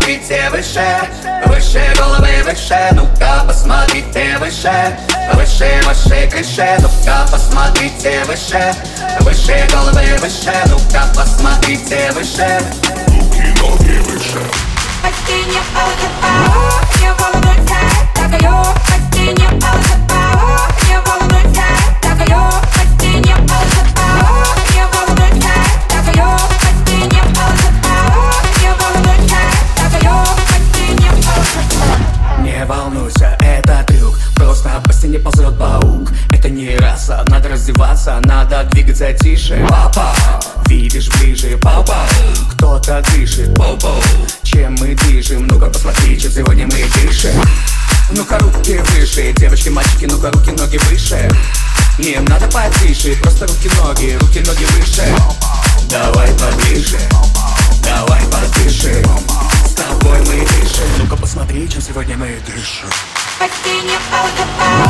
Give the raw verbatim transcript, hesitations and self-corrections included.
посмотрите выше, выше головы, выше. Ну-ка, посмотрите выше, выше вашей крыши. Ну-ка, посмотрите выше, выше головы, выше. Ну-ка, посмотрите выше. Руки, ноги выше. Почти не улыбаюсь, не волнуйся, так я почти не улыбаюсь, не волнуйся, так я почти не улыбаюсь, не волнуйся, так я почти не улыбаюсь, не волнуйся, так я почти не улыбаюсь. Не волнуйся, это трюк, просто по стене ползет паук. Это не раса, надо раздеваться, надо двигаться тише. Папа, видишь ближе, папа, кто-то дышит, папа. Чем мы движем, ну-ка посмотри, чем сегодня мы дышим. Ну-ка руки выше, девочки, мальчики, ну-ка руки, ноги выше. Не надо потише, просто руки-ноги, руки-ноги выше. Давай поближе, давай подышим, с тобой мы дышим. Ну-ка посмотри, чем сегодня мы дышим. Почти не улыбаюсь.